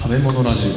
食べ物ラジ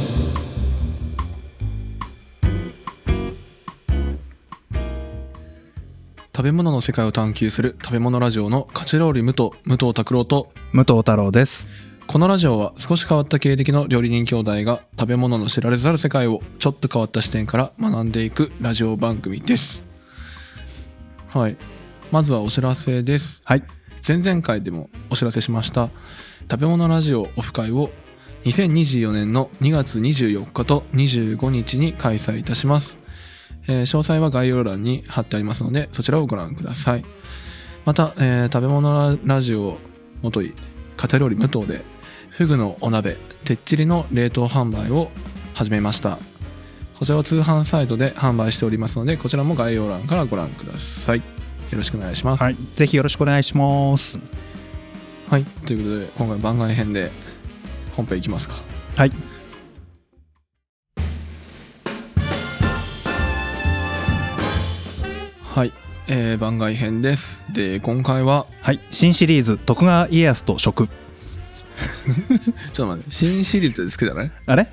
オ。食べ物の世界を探求する食べ物ラジオの勝ち料理武藤拓郎と武藤太郎です。 このラジオは少し変わった経歴の料理人兄弟が食べ物の知られざる世界をちょっと変わった視点から学んでいくラジオ番組です。はい、まずはお知らせです。 はい、 前々回でもお知らせしました食べ物ラジオオフ会を2024年の2月24日と25日に開催いたします。詳細は概要欄に貼ってありますのでそちらをご覧ください。また、食べ物ラジオ元いカチャ料理無糖でフグのお鍋てっちりの冷凍販売を始めました。こちらを通販サイトで販売しておりますのでこちらも概要欄からご覧ください。よろしくお願いします。 はい、ぜひよろしくお願いします。 はい、ということで今回番外編で本編いきますか。 はい、 はい、番外編です。で今回は、 はい、新シリーズ徳川家康と食。 ちょっと待って、新シリーズですけどね。 あれ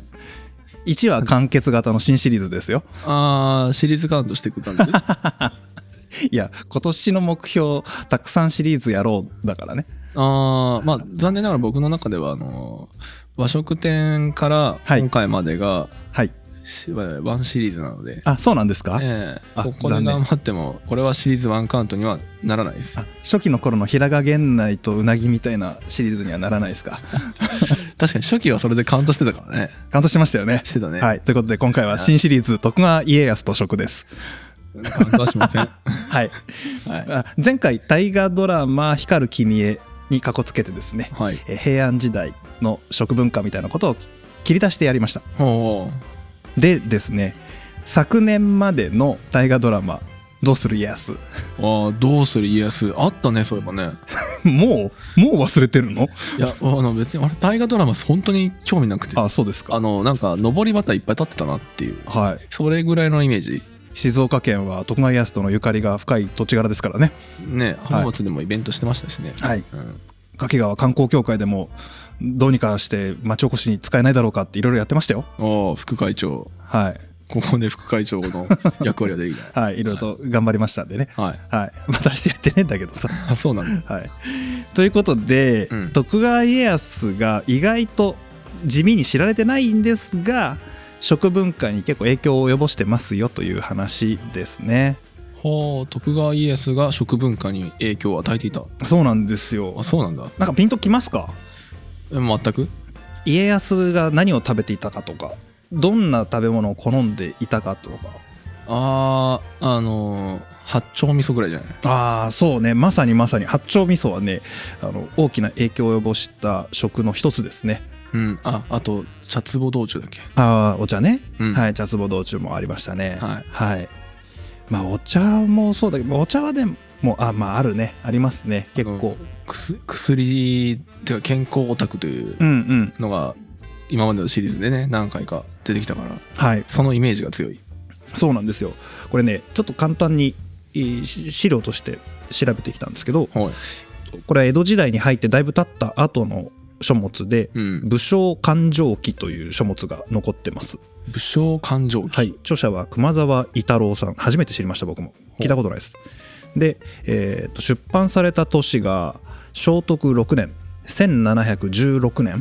1話完結型の新シリーズですよ。 シリーズカウントしていく感じいや今年の目標たくさんシリーズやろうだからね。 まあ残念ながら僕の中では和食店から今回までが、 はい、 ワンシリーズなので。 あ、そうなんですか。 ここで頑張ってもこれはシリーズ1カウントにはならないです。 初期の頃の平賀源内とうなぎみたいなシリーズにはならないですか。 確かに初期はそれでカウントしてたからね。 カウントしてましたよね。 してたね。 はい、ということで今回は新シリーズ徳川家康と食です。 カウントはしません。 はい、はい、前回大河ドラマ光る君へにかこつけてですね、はい、平安時代の食文化みたいなことを切り出してやりました。でですね、昨年までの大河ドラマどうする家康。 どうする家康あったね。そういえばね。 もう忘れてるの？いや別に俺大河ドラマ本当に興味なくて。 あ、そうですか。 なんか上り旗いっぱい立ってたなっていう、 はい、 それぐらいのイメージ。 静岡県は徳川家康とのゆかりが深い土地柄ですからね。 ね、浜松でもイベントしてましたしね。 はい、掛川観光協会でもどうにかして町おこしに使えないだろうかっていろいろやってましたよ。 副会長。 はい、 ここで副会長の役割ができない。 はい、いろいろと頑張りましたんでね。 はい、 はい、またしてやってねえんだけどさ。 そうなんだ。 はい、ということで、徳川家康が意外と地味に知られてないんですが食文化に結構影響を及ぼしてますよという話ですね。 徳川家康が食文化に影響を与えていた。 そうなんですよ。 そうなんだ。 なんかピンときますか？全く。家康が何を食べていたかとかどんな食べ物を好んでいたかとか。 八丁味噌ぐらいじゃない？ そうね、まさに八丁味噌はね大きな影響を及ぼした食の一つですね。 あと茶壺道中だっけ。 お茶ね、はい、茶壺道中もありましたね。 はい、 はい、まあお茶もそうだけどお茶はでもあるね、ありますね。結構薬っていうか健康オタクというのが今までのシリーズでね何回か出てきたから、はい、そのイメージが強い。そうなんですよ。 これねちょっと簡単に資料として調べてきたんですけど、はい、これは江戸時代に入ってだいぶ経った後の書物で、武将勘定記という書物が残ってます。 武将勘定記、 はい、著者は熊沢伊太郎さん。初めて知りました。僕も聞いたことないです。で、出版された年が聖徳6年1716年。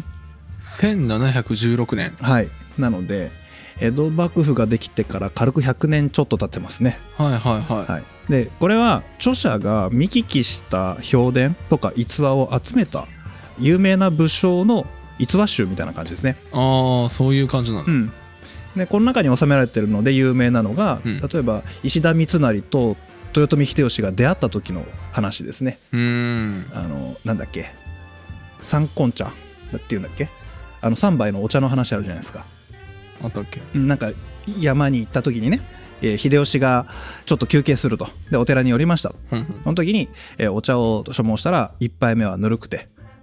1716年。 はい、なので江戸幕府ができてから軽く100年ちょっと経ってますね。 はいはいはい、 はい、でこれは著者が見聞きした評伝とか逸話を集めた有名な武将の逸話集みたいな感じですね。 そういう感じなの。 でこの中に収められてるので有名なのが、例えば石田三成と豊臣秀吉が出会った時の話ですね。なんだっけ、三根茶っていうんだっけ、3杯のお茶の話あるじゃないですか。 あったっけ。 なんか山に行った時にね、秀吉がちょっと休憩すると。でお寺に寄りました。その時に、お茶を所望したら1杯目はぬるくて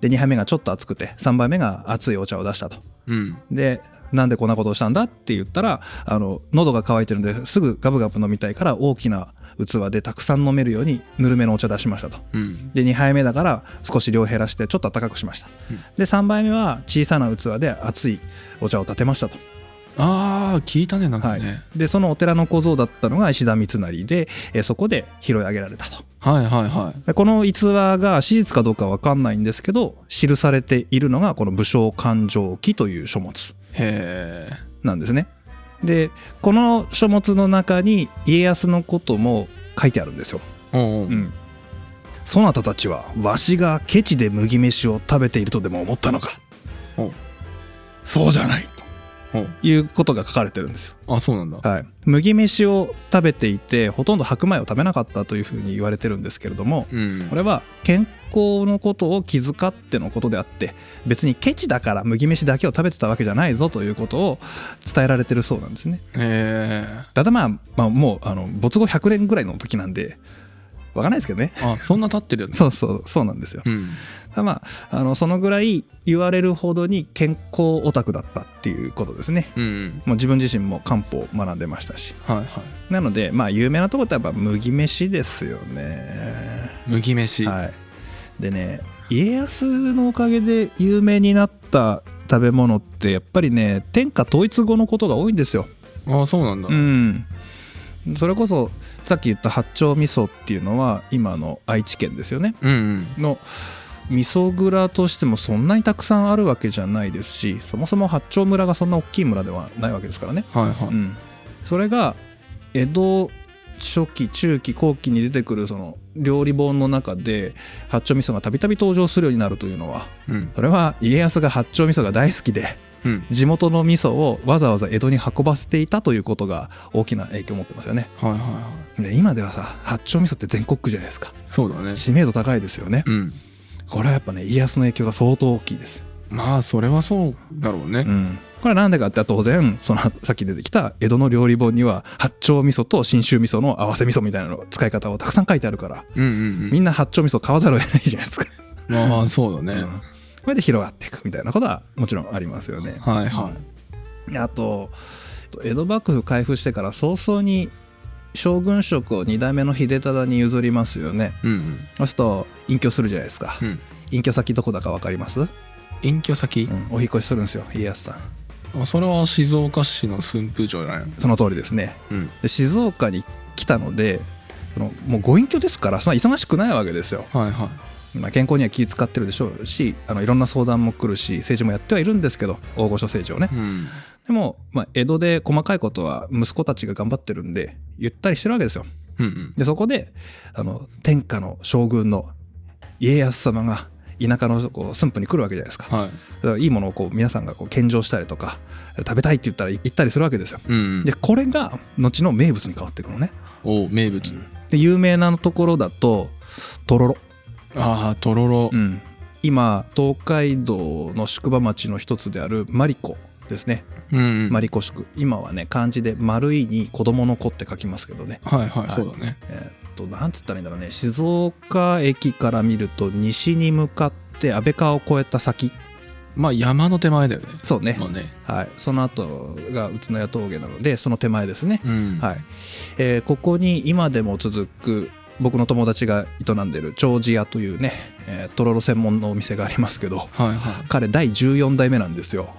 で2杯目がちょっと熱くて3杯目が熱いお茶を出したと、でなんでこんなことをしたんだって言ったら喉が渇いてるんですぐガブガブ飲みたいから大きな器でたくさん飲めるようにぬるめのお茶出しましたと、で2杯目だから少し量減らしてちょっと温かくしました、で3杯目は小さな器で熱いお茶を立てましたと。 ああ聞いたねなんかね、 でそのお寺の小僧だったのが石田三成で、そこで拾い上げられたと。この逸話が史実かどうかは分かんないんですけど記されているのがこの武将勘定記という書物なんですね。でこの書物の中に家康のことも書いてあるんですよ。そなたたちはわしがケチで麦飯を食べているとでも思ったのか。そうじゃないということが書かれてるんですよ。 あ、そうなんだ。 麦飯を食べていてほとんど白米を食べなかったというふうに言われてるんですけれども、これは健康のことを気遣ってのことであって別にケチだから麦飯だけを食べてたわけじゃないぞということを伝えられてるそうなんですね。ただもう没後100年ぐらいの時なんでわかんないですけどね。 そんな経ってるよね。 そうなんですよ。そのぐらい言われるほどに健康オタクだったっていうことですね。もう自分自身も漢方を学んでましたし、なので有名なところってやっぱ麦飯ですよね。 麦飯。 でね家康のおかげで有名になった食べ物ってやっぱりね天下統一後のことが多いんですよ。 そうなんだ。 それこそさっき言った八丁味噌っていうのは今の愛知県ですよね、の味噌蔵としてもそんなにたくさんあるわけじゃないですしそもそも八丁村がそんな大きい村ではないわけですからね。それが江戸初期中期後期に出てくるその料理本の中で八丁味噌がたびたび登場するようになるというのは、それは家康が八丁味噌が大好きで地元の味噌をわざわざ江戸に運ばせていたということが大きな影響を持ってますよね。で今ではさ八丁味噌って全国区じゃないですか。そうだね。知名度高いですよね。これはやっぱね家康の影響が相当大きいです。 それはそうだろうね。 これはなんでかって当然さっき出てきた江戸の料理本には八丁味噌と信州味噌の合わせ味噌みたいなの使い方をたくさん書いてあるから、みんな八丁味噌買わざるを得ないじゃないですか。 そうだね。 これで広がっていくみたいなことはもちろんありますよね。あと江戸幕府開封してから早々に将軍職を2代目の秀忠に譲りますよね。そうすると隠居するじゃないですか。隠居先どこだか分かります？ 隠居先、 お引越しするんですよ家康さん。 それは静岡市の駿府城じゃないの？ その通りですね。で静岡に来たのでもうご隠居ですからそんな忙しくないわけですよ。健康には気遣ってるでしょうしいろんな相談も来るし政治もやってはいるんですけど大御所政治をね、でも、江戸で細かいことは息子たちが頑張ってるんでゆったりしてるわけですよ。でそこで天下の将軍の家康様が田舎の駿府に来るわけじゃないですか。だからいいものを皆さんが献上したりとか食べたいって言ったら行ったりするわけですよ。でこれが後の名物に変わっていくのね。 名物、 で有名なところだととろろ。 とろろ、 今東海道の宿場町の一つである真理子ですね。真理子宿、今はね漢字で丸いに子供の子って書きますけどね。そうだね。なんつったらいいんだろうね。静岡駅から見ると西に向かって安倍川を越えた先、 山の手前だよね。 そうね。その後が宇都宮峠なのでその手前ですね。ここに今でも続く僕の友達が営んでる長寿屋というね、とろろ専門のお店がありますけど、彼第14代目なんですよ。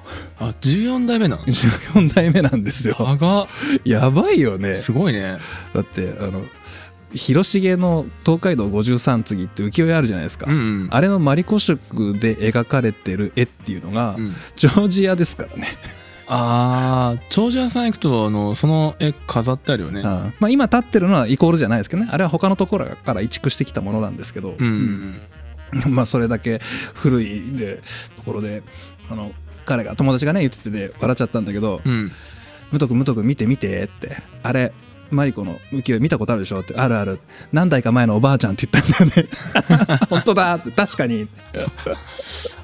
14代目なの ？14代目なんですよ。やばいよね。 すごいね。 だって広重の東海道53次って浮世絵あるじゃないですか。あれの真理子宿で描かれてる絵っていうのが長寿屋ですからね。 長寿屋さん行くとその絵飾ってあるよね。 今立ってるのはイコールじゃないですけどね。あれは他のところから移築してきたものなんですけど、それだけ古いところで彼が友達がね言ってて笑っちゃったんだけど、武藤君見てってあれマリコの浮世絵見たことあるでしょって。あるある、何代か前のおばあちゃんって言ったんだよね。本当だって確かに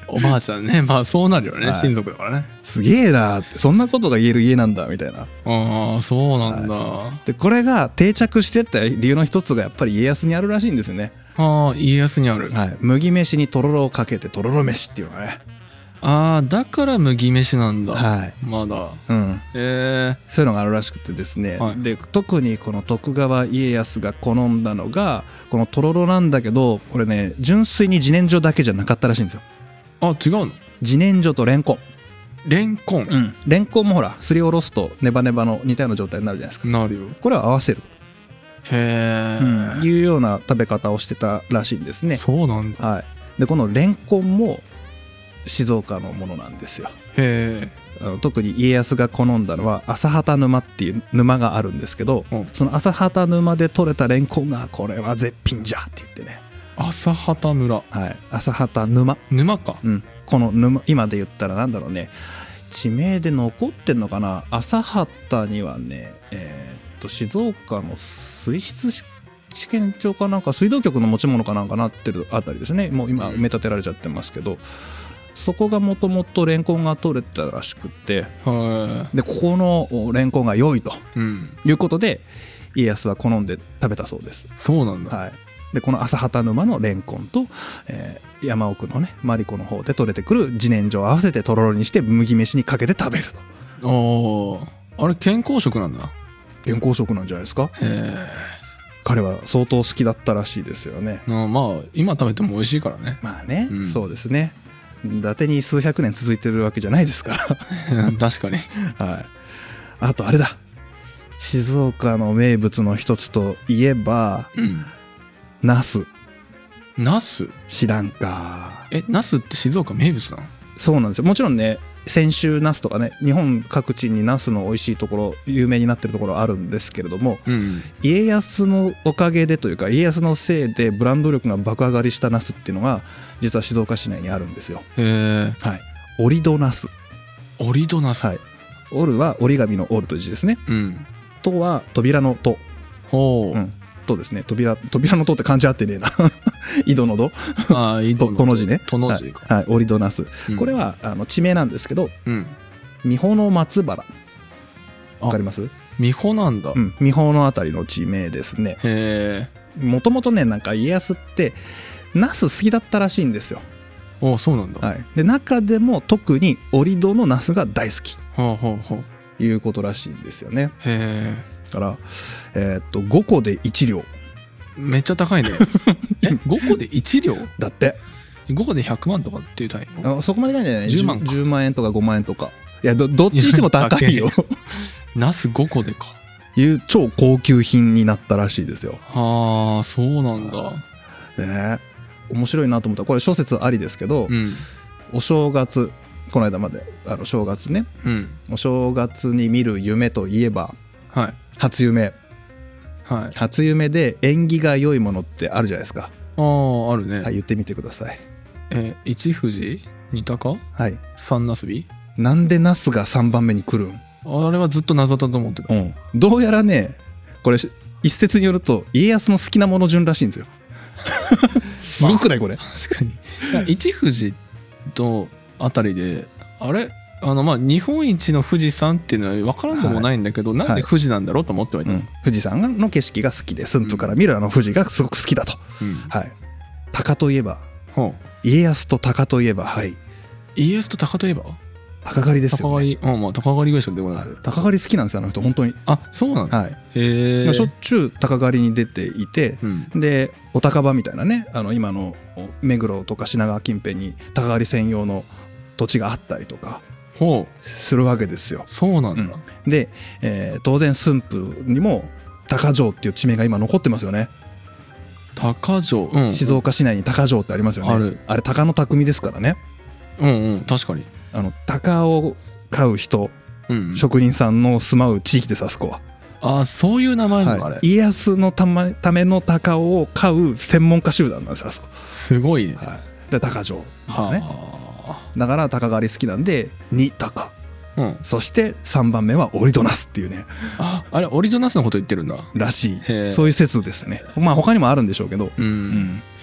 おばあちゃんね、まあそうなるよね、 はい親族だからね。 すげえなーって、そんなことが言える家なんだみたいな。 ああそうなんだ、 でこれが定着してった理由の一つがやっぱり家康にあるらしいんですよね。 ああ家康にある、 はい、麦飯にとろろをかけてとろろ飯っていうのがね。 ああだから麦飯なんだ、 はい、 まだうんそういうのがあるらしくてですね、 はい、 で特にこの徳川家康が好んだのがこのとろろなんだけど、これね純粋に自然薯だけじゃなかったらしいんですよ。 あ違うの？ 自然薯とレンコン。 レンコン、 レンコンもほらすりおろすとネバネバの似たような状態になるじゃないですか。 なるよ。 これを合わせる、 へえ、 いうような食べ方をしてたらしいんですね。 そうなんだ。 はい、でこのレンコンも静岡のものなんですよ。 へえ。特に家康が好んだのは浅畑沼っていう沼があるんですけど、その浅畑沼で採れたレンコンがこれは絶品じゃって言ってね。 浅畑村、 はい、浅畑沼か、 この沼、今で言ったらなんだろうね、地名で残ってんのかな。浅畑にはね、静岡の水質試験場かなんか水道局の持ち物かなんかなってるあたりですね。もう今埋め立てられちゃってますけど、そこがもともとレンコンが取れたらしくて、でここのレンコンが良いと、いうことで家康は好んで食べたそうです。 そうなんだ。 はい、でこの浅畑沼のレンコンと、山奥のねマリコの方で取れてくる自然薯を合わせてとろろにして麦飯にかけて食べると。 あれ健康食なんだ。 健康食なんじゃないですか。彼は相当好きだったらしいですよね。 まあ今食べても美味しいからね。 まあね、そうですね。伊達に数百年続いてるわけじゃないですから確かに。 はい。あとあれだ、静岡の名物の一つといえば、ナス。 ナス知らんか。 ナスって静岡名物なの？ そうなんですよ。もちろんね、泉州ナスとかね、日本各地にナスの美味しいところ、有名になってるところあるんですけれども、家康のおかげでというか家康のせいでブランド力が爆上がりしたナスっていうのが実は静岡市内にあるんですよ。はい。折り戸ナス。 折り戸ナス。 はい。折るは折り紙の折るという字ですね。戸は扉の戸。戸ですね。扉の戸って漢字合ってねえな。井戸の戸。戸の字ね。 戸の字か。はい。折り戸ナス。これは地名なんですけど、三保の松原。わかります？ 三保なんだ。 三保のあたりの地名ですね。もともとね、なんか家康ってナス好きだったらしいんですよ。 そうなんだ。 はい。で中でも特に折り戸のナスが大好き。いうことらしいんですよね。だから5個で1両。 めっちゃ高いね。5個で1両だって。 5個で100万とかっていう単位？ そこまでなんじゃない？ 10 万円とか5万円とか。いや、どっちにしても高いよ。 ナス5個でか。 いう超高級品になったらしいですよ。 そうなんだ。 でね、面白いなと思ったら、これ諸説ありですけど、お正月、この間まで正月ね、お正月に見る夢といえば、初夢。初夢で縁起が良いものってあるじゃないですか。 あるね。 言ってみてください。 一富士、二鷹、三なすび。 なんでナスが3番目に来るん？ あれはずっと謎だと思ってた。 どうやらね、これ一説によると家康の好きなもの順らしいんですよ。すごくないこれ？ 確かに。一富士とあたりで、あれ日本一の富士山っていうのは分からんでもないんだけど、なんで富士なんだろうと思ってはいた。 富士山の景色が好きで、駿府から見る富士がすごく好きだと。鷹といえば、家康と鷹といえば、 家康と鷹といえば鷹狩りですよね。 鷹狩りぐらいしか出てこない。 鷹狩り好きなんですよ、あの人本当に。 そうなの？ しょっちゅう鷹狩りに出ていて、でお鷹場みたいなね、今の目黒とか品川近辺に鷹狩り専用の土地があったりとかするわけですよ。 そうなんだ。 で、当然駿府にも鷹城っていう地名が今残ってますよね。 鷹城、 静岡市内に鷹城ってありますよね。あれ鷹の匠ですからね。 確かに。 鷹を飼う人、職人さんの住まう地域です、あそこは。 そういう名前なの？あれ家康のための鷹を飼う専門家集団なんですよ、あそこ。 すごいね。 で鷹城ね。だから鷹狩り好きなんで2鷹、そして3番目は折り戸ナスっていうね。 あれ折り戸ナスのこと言ってるんだらしい。そういう説ですね。他にもあるんでしょうけど、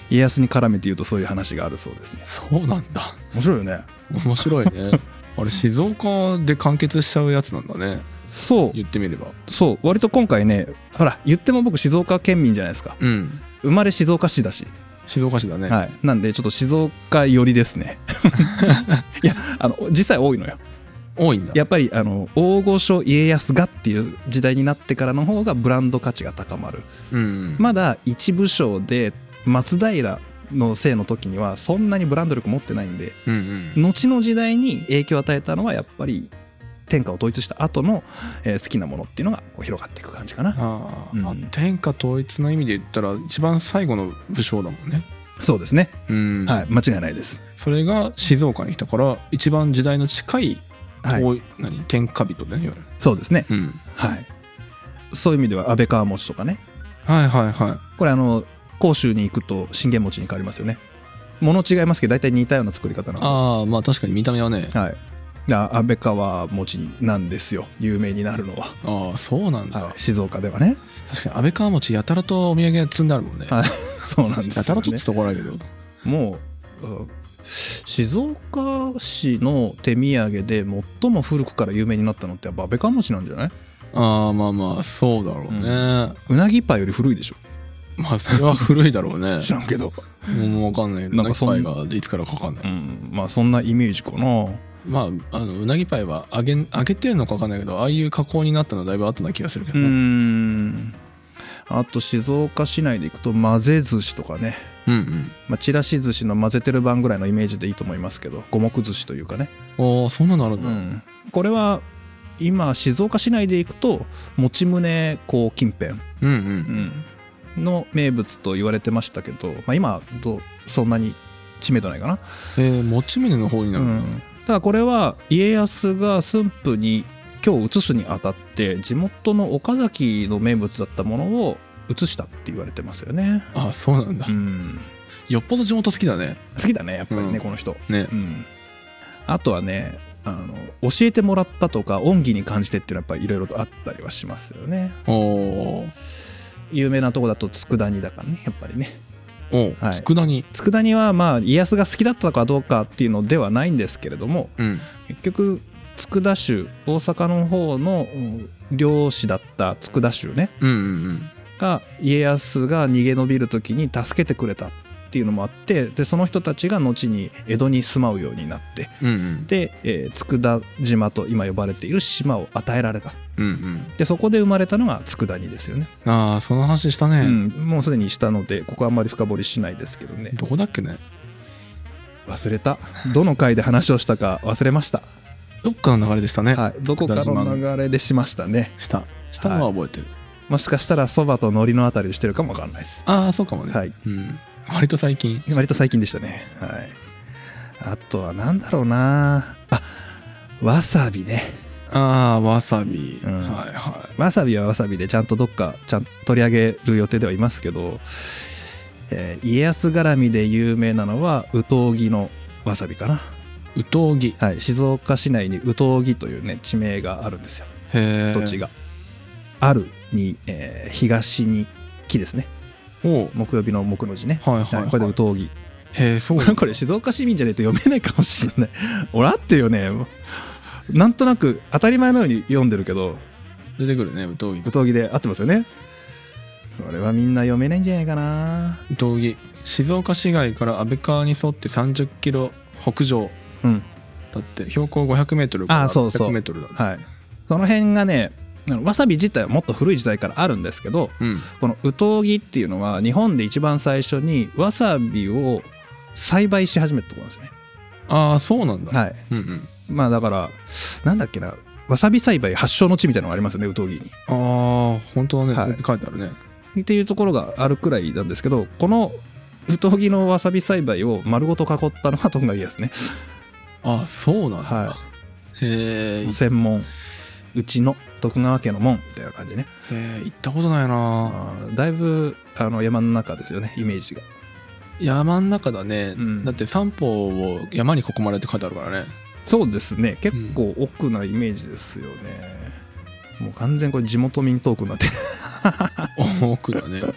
家康に絡めて言うとそういう話があるそうですね。 そうなんだ。 面白いよね。 面白いね。あれ静岡で完結しちゃうやつなんだね。 そう言ってみれば。 そう割と今回ね、ほら言っても僕静岡県民じゃないですか。 うん。 生まれ静岡市だし。 静岡市だね。 はい。なんでちょっと静岡寄りですね。いや実際多いのよ。 多いんだ。 やっぱり大御所家康がっていう時代になってからの方がブランド価値が高まる。 うん。 まだ一武将で松平の姓の時にはそんなにブランド力持ってないんで、 うんうん、 後の時代に影響を与えたのはやっぱり天下を統一した後の、好きなものっていうのがこう広がっていく感じかな。 天下統一の意味で言ったら一番最後の武将だもんね。 そうですね、 はい、 間違いないです。 それが静岡に来たから一番時代の近い、 はい、 天下人でね。 そうですね、 はい、 そういう意味では安倍川餅とかね。 はいはいはい。 これ甲州に行くと信玄餅に変わりますよね。物違いますけど大体似たような作り方なんです。 ああまあ確かに見た目はね。 はい。安倍川餅なんですよ、有名になるのは。 ああそうなんだ、 はい、静岡ではね。 確かに安倍川餅やたらとお土産積んであるもんね。 そうなんですよね。 やたらとってところだけどもう静岡市の手土産で最も古くから有名になったのってやっぱ安倍川餅なんじゃない？ ああまあまあそうだろうね、 うなぎパイより古いでしょ。 まあそれは古いだろうね。 知らんけどもう分かんないけど、うなぎパイがいつからか分かんない、 まあそんなイメージかな。 まあうなぎパイは揚げてるのか分かんないけど、ああいう加工になったのはだいぶ後な気がするけどね。 あと静岡市内でいくと混ぜ寿司とかね、ちらし寿司の混ぜてる版ぐらいのイメージでいいと思いますけど、五目寿司というかね。 そんなのあるんだ、 これは今静岡市内でいくともち胸港近辺の名物と言われてましたけど、今そんなに知名度ないかな。 もち胸の方になるんだ、 ただこれは家康が駿府に今日移すにあたって地元の岡崎の名物だったものを移したって言われてますよね。 あ、そうなんだ、よっぽど地元好きだね。 好きだねやっぱりね、この人ね、 あとはね教えてもらったとか恩義に感じてっていうのはやっぱりいろいろとあったりはしますよね。有名なとこだと佃煮だからねやっぱりね。佃煮はまあ家康が好きだったかどうかっていうのではないんですけれども、結局佃州大阪の方の漁師だった佃州ね、が家康が逃げ延びる時に助けてくれたっていうのもあって、でその人たちが後に江戸に住まうようになって、で、佃島と今呼ばれている島を与えられた、でそこで生まれたのが佃煮ですよね。 ああその話したね、 もうすでにしたのでここはあんまり深掘りしないですけどね。 どこだっけね、 忘れた。どの回で話をしたか忘れました。 どっかの流れでしたね。 どこかの流れでしましたね。 したのは覚えてる、 もしかしたらそばと海苔のあたりでしてるかもわかんないです。 ああそうかもね。割と最近でしたね。あとはなんだろうなわさびね。 わさび、 わさびはわさびでちゃんと取り上げる予定ではいますけど、家康絡みで有名なのは有東木のわさびかな。 有東木、 静岡市内に有東木というね地名があるんですよ。土地があるに、東に木ですね。木曜日の木の字ね。これで有東木。これ静岡市民じゃないと読めないかもしれない。俺合ってるよね。なんとなく当たり前のように読んでるけど出てくるね。有東木で合ってますよね。これはみんな読めないんじゃないかな。 有東木、静岡市街から安倍川に沿って30キロ北上、だって標高500メートルから600メートルだね。 その辺がねわさび自体はもっと古い時代からあるんですけど、この有東木っていうのは日本で一番最初にわさびを栽培し始めたところなんですね。 ああそうなんだ。 まあだからなんだっけな、わさび栽培発祥の地みたいなのがありますよね、有東木に。 本当はね、そうやって書いてあるねっていうところがあるくらいなんですけど、この有東木のわさび栽培を丸ごと囲ったのが徳川家康ね。 そうなんだ。 専門うちの徳川家の門みたいな感じね。 行ったことないな。 だいぶ山の中ですよね、イメージが。 山の中だね、だって三方を山に囲まれて書いてあるからね。 そうですね、結構奥なイメージですよね。もう完全これ地元民トークになってる。 奥だね。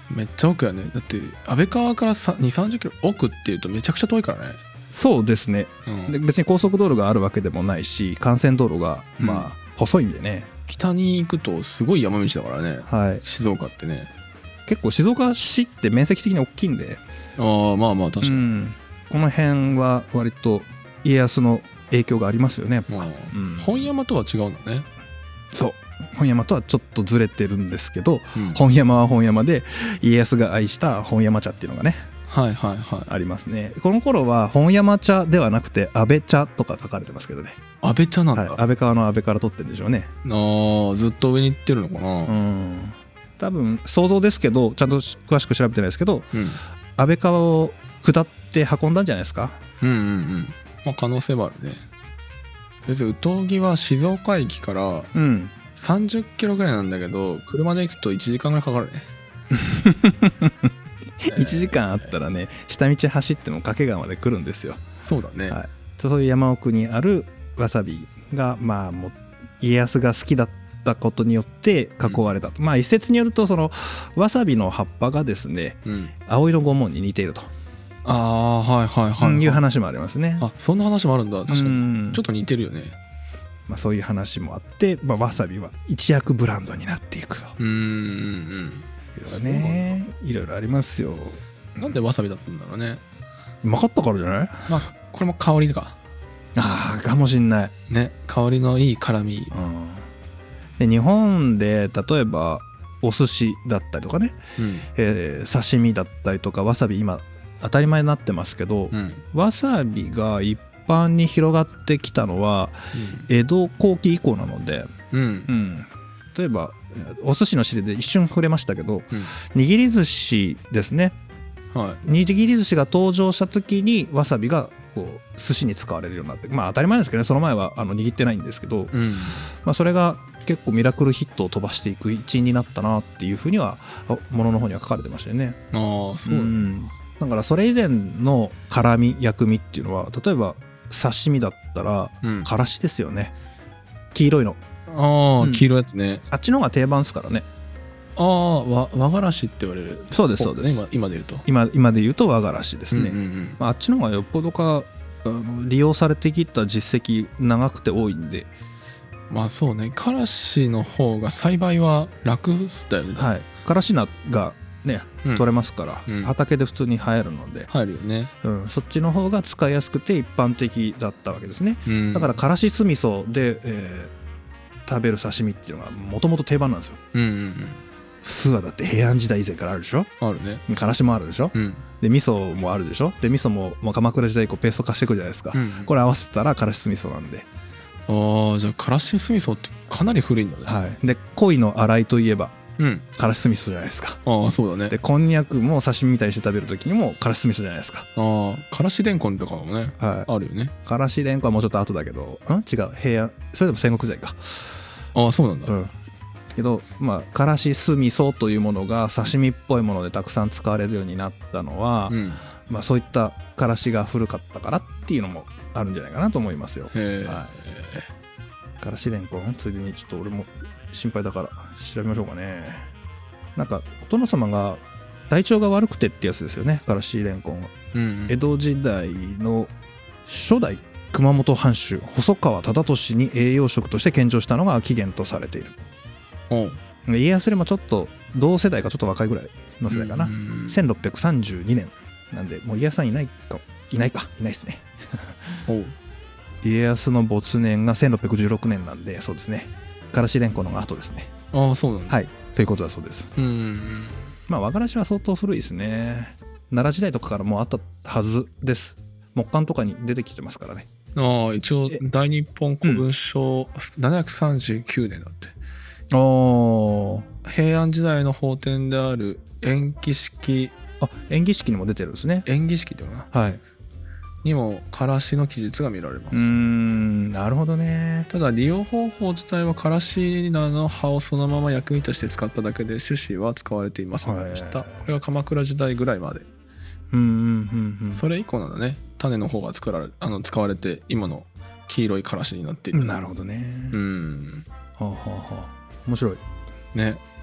めっちゃ奥やね。だって安倍川から2、30キロ奥っていうとめちゃくちゃ遠いからね。 そうですね、で別に高速道路があるわけでもないし、幹線道路がまあ細いんでね、 北に行くとすごい山道だからね、 はい、 静岡ってね。 結構静岡市って面積的に大きいんで、 まあまあ確かに、 この辺は割と家康の影響がありますよね、やっぱ。 本山とは違うのね。 そう、本山とはちょっとずれてるんですけど、本山は本山で家康が愛した本山茶っていうのがね、 はいはいはい、 ありますね。この頃は本山茶ではなくて安倍茶とか書かれてますけどね。 安倍茶なんだ、 安倍川の安倍から取ってるんでしょうね。 ずっと上に行ってるのかな。 多分想像ですけど、ちゃんと詳しく調べてないですけど、安倍川を下って運んだんじゃないですか。 まあ可能性はあるね。別に有東木は静岡駅から30キロぐらいなんだけど、車で行くと1時間ぐらいかかるね。 1時間あったらね、下道走っても掛川まで来るんですよ。 そうだね、 そういう山奥にあるわさびが、まあもう家康が好きだったことによって囲われたと、まあ一説によると、そのわさびの葉っぱがですね、葵の御紋に似ていると、いう話もありますね。 そんな話もあるんだ。確かにちょっと似てるよね。 まあそういう話もあって、まあ、わさびは一躍ブランドになっていくと。いろいろありますよ。 なんでわさびだったんだろうね。 うまかったからじゃない？ まあこれも香りか。 かもしんないね。香りのいい辛み。 で日本で例えばお寿司だったりとかね、刺身だったりとか、わさび今当たり前になってますけど、わさびが一般に広がってきたのは江戸後期以降なので、例えばお寿司の汁で一瞬触れましたけど、握り寿司ですね、握り寿司が登場した時にわさびがこう寿司に使われるようになって、まあ当たり前ですけどね、その前は握ってないんですけど、まあそれが結構ミラクルヒットを飛ばしていく一因になったなっていうふうにはものの方には書かれてましたよね。だからそれ以前の辛み薬味っていうのは、例えば刺身だったらからしですよね、黄色いの。 黄色いやつね。 あっちの方が定番ですからね。 和がらしって言われる。 そうですそうです。 今で言うと今で言うと和がらしですね。あっちの方がよっぽど利用されてきた実績長くて多いんで。 まあそうね、からしの方が栽培は楽だよね。 からし菜がね取れますから、畑で普通に生えるので、 生えるよね。 そっちの方が使いやすくて一般的だったわけですね。だからからし酢味噌で、食べる刺身っていうのがもともと定番なんですよ。酢はだって平安時代以前からあるでしょ。あるね。からしもあるでしょ。で味噌もあるでしょ。で味噌も鎌倉時代以降ペースト化してくるじゃないですか。これ合わせたらからし酢味噌なんで。じゃあからし酢味噌ってかなり古いんだね。で鯉の洗いといえばからし酢味噌じゃないですか。そうだね。でこんにゃくも刺身みたいにして食べる時にもからし酢味噌じゃないですか。からしれんこんとかもね、あるよね。からしれんこんはもうちょっと後だけど、違う、平安、それでも戦国時代か。そうなんだ。けどまあからし酢味噌というものが刺身っぽいものでたくさん使われるようになったのは、まあそういったからしが古かったからっていうのもあるんじゃないかなと思いますよ。からしれんこん、ついでにちょっと俺も心配だから調べましょうかね。なんかお殿様が体調が悪くてってやつですよね、からしれんこんは。江戸時代の初代熊本藩主細川忠俊に栄養食として献上したのが起源とされている。家康よりもちょっと同世代かちょっと若いぐらいの世代かな。1632年なんでもう家康さんいないですね。家康の没年が1616年なんで、そうですね、からしれんこんの後ですね。そうなんだ。ということだそうです。まあ和がらしは相当古いですね。奈良時代とかからもうあったはずです。木簡とかに出てきてますからね。一応大日本古文書739年だって。平安時代の法典である延喜式。延喜式にも出てるんですね。延喜式っていうのかな。にもからしの記述が見られます。なるほどね。ただ利用方法自体はからし菜の葉をそのまま薬味として使っただけで種子は使われていませんでした。これは鎌倉時代ぐらいまで。それ以降なんだね。種の方が使われて今の黄色いからしになっている。なるほどね。面白いね。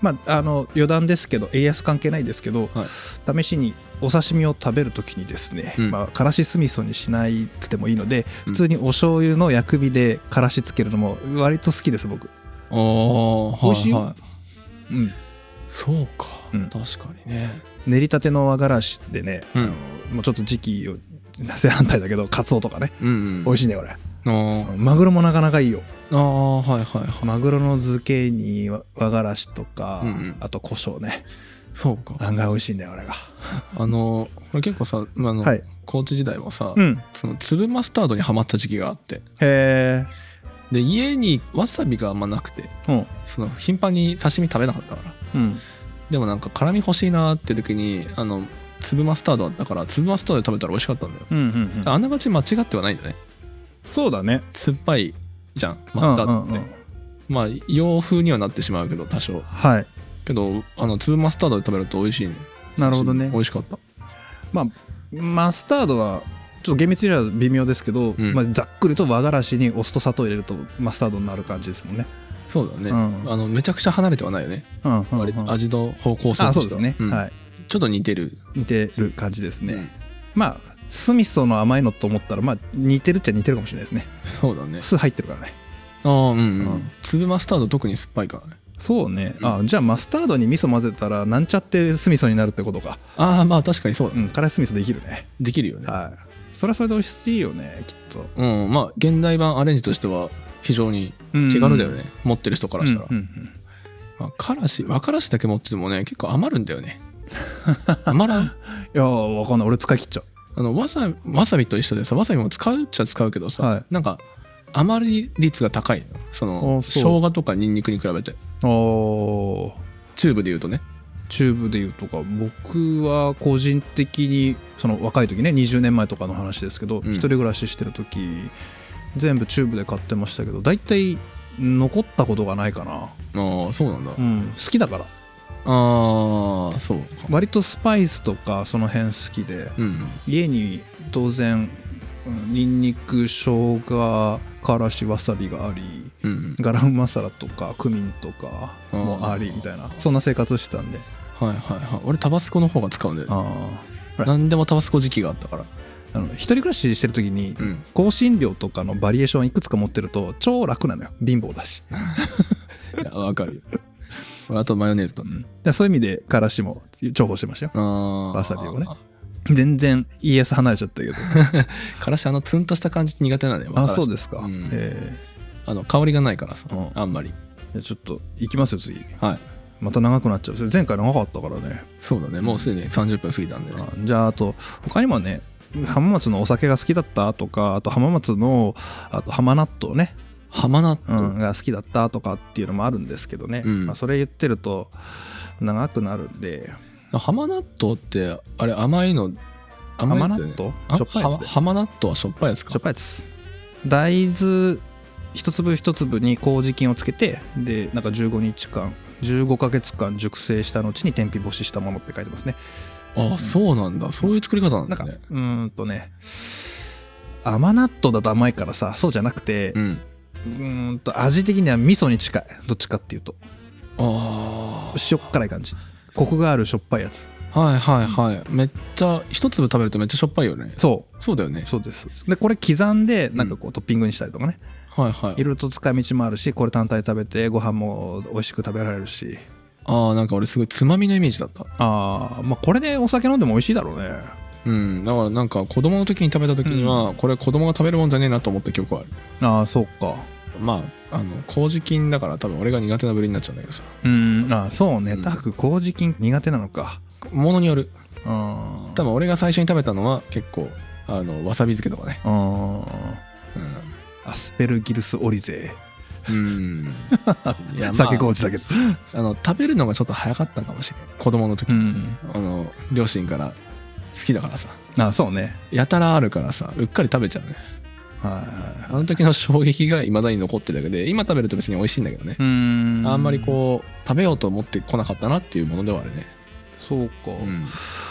まあ余談ですけど、円安関係ないですけど、はい、試しにお刺身を食べるときにですね、まあ、からし酢味噌にしなくてもいいので、普通にお醤油の薬味でからしつけるのも割と好きです僕。美味しいよ、はい、うん、そうか、確かにね。練りたての和がらしでね、もうちょっと時期を正反対だけどカツオとかね、美味しいねこれ。マグロもなかなかいいよ。はいはいはい。マグロの漬けに和がらしとか、あと胡椒ね。そうか。案外美味しいんだよ俺が。これ結構さ、はい、高知時代もさ、その粒マスタードにハマった時期があって。へー。で家にわさびがあんまなくて、その頻繁に刺身食べなかったから、でもなんか辛み欲しいなって時に粒マスタードだったから粒マスタードで食べたら美味しかったんだよ。あながち間違ってはないんだね。そうだね。酸っぱいじゃんマスタードって、まあ洋風にはなってしまうけど多少、はい、けど粒マスタードで食べると美味しいね。なるほどね。美味しかった。まあマスタードはちょっと厳密には微妙ですけど、まあ、ざっくりと和がらしにお酢と砂糖入れるとマスタードになる感じですもんね。そうだね、めちゃくちゃ離れてはないよね、味の方向性としては。そうですね、はい、ちょっと似てる感じですね。まあ酢味噌の甘いのと思ったらまあ似てるっちゃ似てるかもしれないですね。そうだね。酢入ってるからね。粒マスタード特に酸っぱいからね。そうね。じゃあマスタードに味噌混ぜたらなんちゃって酢味噌になるってことか。まあ確かにそうだ。辛い酢味噌できるね。できるよね。はい。それはそれで美味しいよねきっと。まあ現代版アレンジとしては非常に手軽だよね、持ってる人からしたら。からし和からしだけ持っててもね結構余るんだよね。余らん。いやわかんない、俺使い切っちゃう。わさびと一緒でさ、わさびも使うっちゃ使うけどさ、なんか余り率が高いの。その生姜とかニンニクに比べて。チューブで言うとね。チューブで言うとか、僕は個人的にその若い時ね、20年前とかの話ですけど、一人暮らししてる時全部チューブで買ってましたけど、だいたい残ったことがないかな。そうなんだ。好きだから。そうか。割とスパイスとかその辺好きで、家に当然ニンニク、生姜、からし、わさびがあり、ガラムマサラとかクミンとかもありみたいな、そんな生活してたんで。はいはいはい。俺タバスコの方が使うんで。何でもタバスコ時期があったから。一人暮らししてる時に香辛料とかのバリエーションいくつか持ってると超楽なのよ。貧乏だし。いやわかるよ。あとマヨネーズとね。そういう意味でからしも重宝してましたよ。わさびをね。全然 ES 離れちゃったけど。からしツンとした感じ苦手なんだよ。そうですか。香りがないからさ、あんまり。ちょっと行きますよ次。はい。また長くなっちゃう。前回長かったからね。そうだね。もうすでに30分過ぎたんでね。じゃああと他にもね、浜松のお酒が好きだったとか、あと浜松の浜納豆ね。浜納豆が好きだったとかっていうのもあるんですけどね。それ言ってると長くなるんで。浜納豆ってあれ甘いの甘いやつよね。しょっぱいやつで。浜納豆はしょっぱいやつか。しょっぱいやつ。大豆一粒一粒に麹菌をつけて、でなんか15日間15ヶ月間熟成した後に天日干ししたものって書いてますね。そうなんだ。そういう作り方なんだね。甘納豆だと甘いからさ、そうじゃなくて、味的には味噌に近い。どっちかっていうと塩っ辛い感じ、コクがあるしょっぱいやつ。はいはいはい。めっちゃ一粒食べるとめっちゃしょっぱいよね。そうだよね。そうです。でこれ刻んでなんかこうトッピングにしたりとかね、はいはい、いろいろと使い道もあるし、これ単体食べてご飯も美味しく食べられるし。なんか俺すごいつまみのイメージだった。まあこれでお酒飲んでも美味しいだろうね。だからなんか子供の時に食べた時には、これ子供が食べるもんじゃねえなと思った記憶はある。そうか。まあ麹菌だから多分俺が苦手な部類になっちゃうんだけどさ。そうね。タフ麹菌苦手なのか。ものによる。多分俺が最初に食べたのは結構わさび漬けとかね。アスペルギルスオリゼ。いや酒麹だけど食べるのがちょっと早かったかもしれない。子供の時、両親から好きだからさ。そうね。やたらあるからさ、うっかり食べちゃうね。あの時の衝撃が未だに残ってるだけで、今食べると別に美味しいんだけどね。あんまりこう食べようと思ってこなかったなっていうものではあるね。そうか。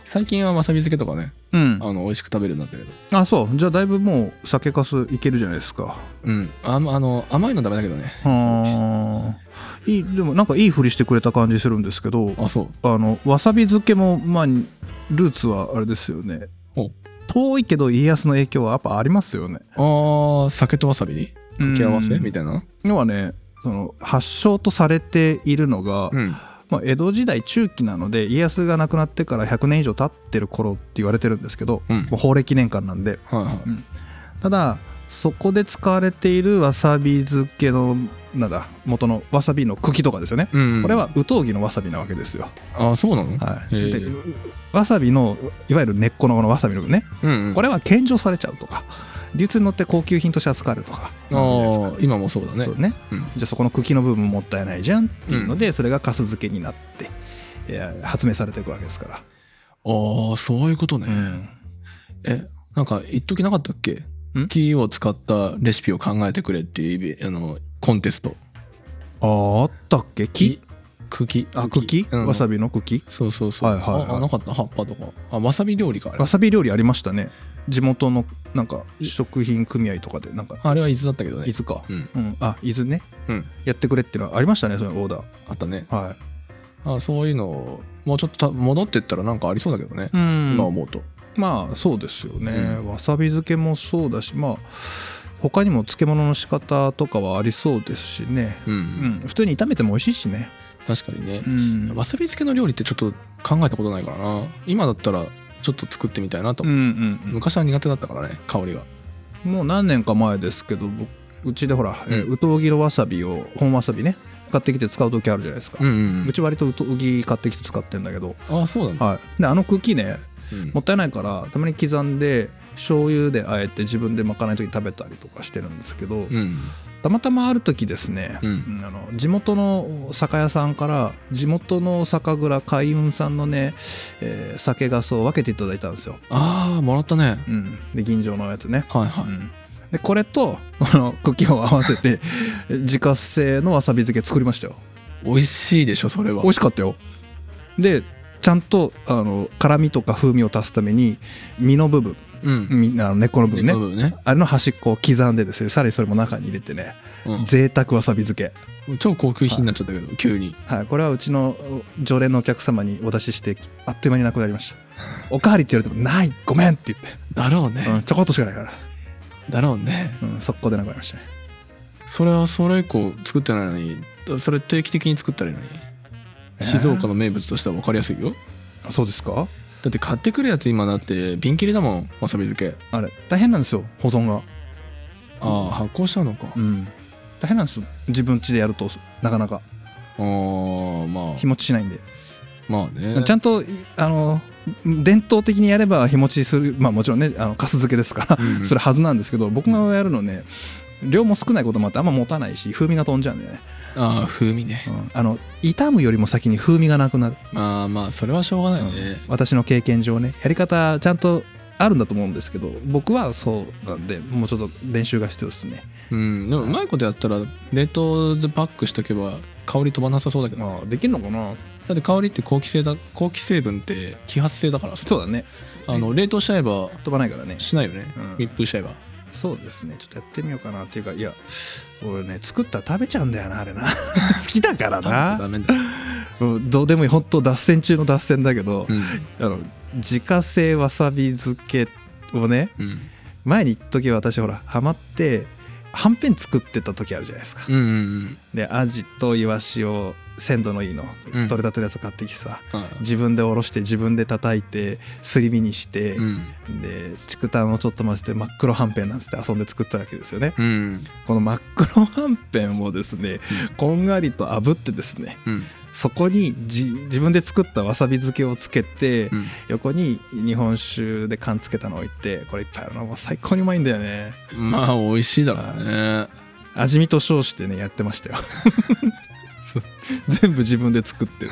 最近はわさび漬けとかね、 うん、 美味しく食べるようになったけど。 あ、そうじゃあだいぶもう酒粕いけるじゃないですか。 うん、甘いのダメだけどね。 いい、でもなんかいいふりしてくれた感じするんですけど、 あ、そう。 わさび漬けもまあルーツはあれですよね。遠いけど家康の影響はやっぱありますよね。 酒とわさび掛け合わせみたいなのはね、その発祥とされているのが、まあ、江戸時代中期なので家康が亡くなってから100年以上経ってる頃って言われてるんですけど、もう法暦年間なんで、ただそこで使われているわさび漬けの元のわさびの茎とかですよね、これは有東木のわさびなわけですよ。 あ、そうなの？ でわさびのいわゆる根っこのわさびのね、これは献上されちゃうとか流通に乗って高級品として扱われるとか。 今もそうだね。 そうね、じゃあそこの茎の部分もったいないじゃんっていうので、それが粕漬けになって発明されていくわけですから。 そういうことね。なんか言っときなかったっけ？茎を使ったレシピを考えてくれっていうコンテスト。 あったっけ？茎？わさびの茎？ そうそうそう。なかった？葉っぱとか。わさび料理か。 わさび料理ありましたね。地元のなんか食品組合とかでなんか。 あれは伊豆だったけどね。 伊豆か。伊豆ね。やってくれっていうのはありましたね、そのオーダー。 あったね。 はい。 そういうのをもうちょっと戻ってったらなんかありそうだけどね。今思うと。 まあそうですよね。わさび漬けもそうだし、まあ他にも漬物の仕方とかはありそうですしね。普通に炒めても美味しいしね。 確かにね。わさび漬けの料理ってちょっと考えたことないからな。今だったらちょっと作ってみたいなと。昔は苦手だったからね、香りが。 もう何年か前ですけど、うちでほら有東木のわさびを本わさびね買ってきて使う時あるじゃないですか。うち割と有東木買ってきて使ってんだけど。 そうなんだ。 はい。で茎ね、もったいないからたまに刻んで醤油であえて自分で巻かない時に食べたりとかしてるんですけど、たまたまある時ですね、地元の酒屋さんから地元の酒蔵海運さんのね、酒粕を分けていただいたんですよ。 もらったね。 で吟醸のやつね。でこれと茎を合わせて自家製のわさび漬け作りましたよ。 美味しいでしょそれは。 美味しかったよ。でちゃんと辛みとか風味を足すために実の部分、根っこの部分ね、あれの端っこを刻んでですね、さらにそれも中に入れてね、贅沢わさび漬け。 超高級品になっちゃったけど、急に。 これはうちの常連のお客様にお出ししてあっという間になくなりました。おかわりって言われてもないごめんって言って。 だろうね。 ちょこっとしかないから。 だろうね。 速攻でなくなりましたね。 それはそれ以降作ってないのに、それ定期的に作ったらいいのに。静岡の名物としては分かりやすいよ。 そうですか？ だって買ってくるやつ今だって瓶切りだもん、わさび漬け。 あれ大変なんですよ、保存が。 発酵しちゃうのか。 大変なんですよ、自分家でやるとなかなか。日持ちしないんで。 まあね。 ちゃんと伝統的にやれば日持ちする、まあもちろんね粕漬けですからするはずなんですけど、僕がやるのね量も少ないこともあってあんま持たないし風味が飛んじゃうんだよね。 風味ね。 傷むよりも先に風味がなくなる。 まあそれはしょうがないよね。 私の経験上ね、やり方ちゃんとあるんだと思うんですけど、僕はそうなんでもうちょっと練習が必要ですね。 でもうまいことやったら冷凍でパックしとけば香り飛ばなさそうだけど。 できるのかな。 だって香りって好気成分って揮発性だから。 そうだね。 冷凍しちゃえば飛ばないからね。 しないよね。密封しちゃえば。 そうですね、ちょっとやってみようかなっていうか、いや俺ね作ったら食べちゃうんだよなあれな好きだからな。食べちゃダメだ。どうでもいい、本当脱線中の脱線だけど、自家製わさび漬けをね、前に一時私ほらハマってはんぺん作ってた時あるじゃないですか。でアジとイワシを鮮度のいいの取れたてのやつ買ってきてさ、自分でおろして自分で叩いてすり身にして、で竹炭をちょっと混ぜて真っ黒はんぺんなんつって遊んで作ったわけですよね。この真っ黒はんぺんをですね、こんがりと炙ってですね、そこに自分で作ったわさび漬けをつけて、横に日本酒で缶つけたのを置いて、これいっぱいあるのも最高にうまいんだよね。 まあ美味しいだろうね。 味見と称してねやってましたよ全部自分で作ってる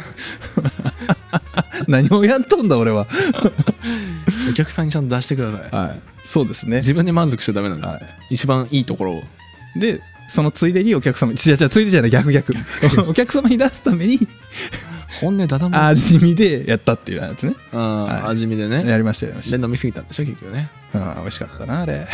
何をやっとんだ俺はお客さんにちゃんと出してください。 そうですね。 自分で満足しちゃダメなんですよ。一番いいところを。 でそのついでにお客様についでじゃない逆お客様に出すために本音だだ漏れ。 味見でやったっていうやつね。 味見でね。 やりましたやりました。 で飲みすぎたんでしょ結局ね。 美味しかったなあれ。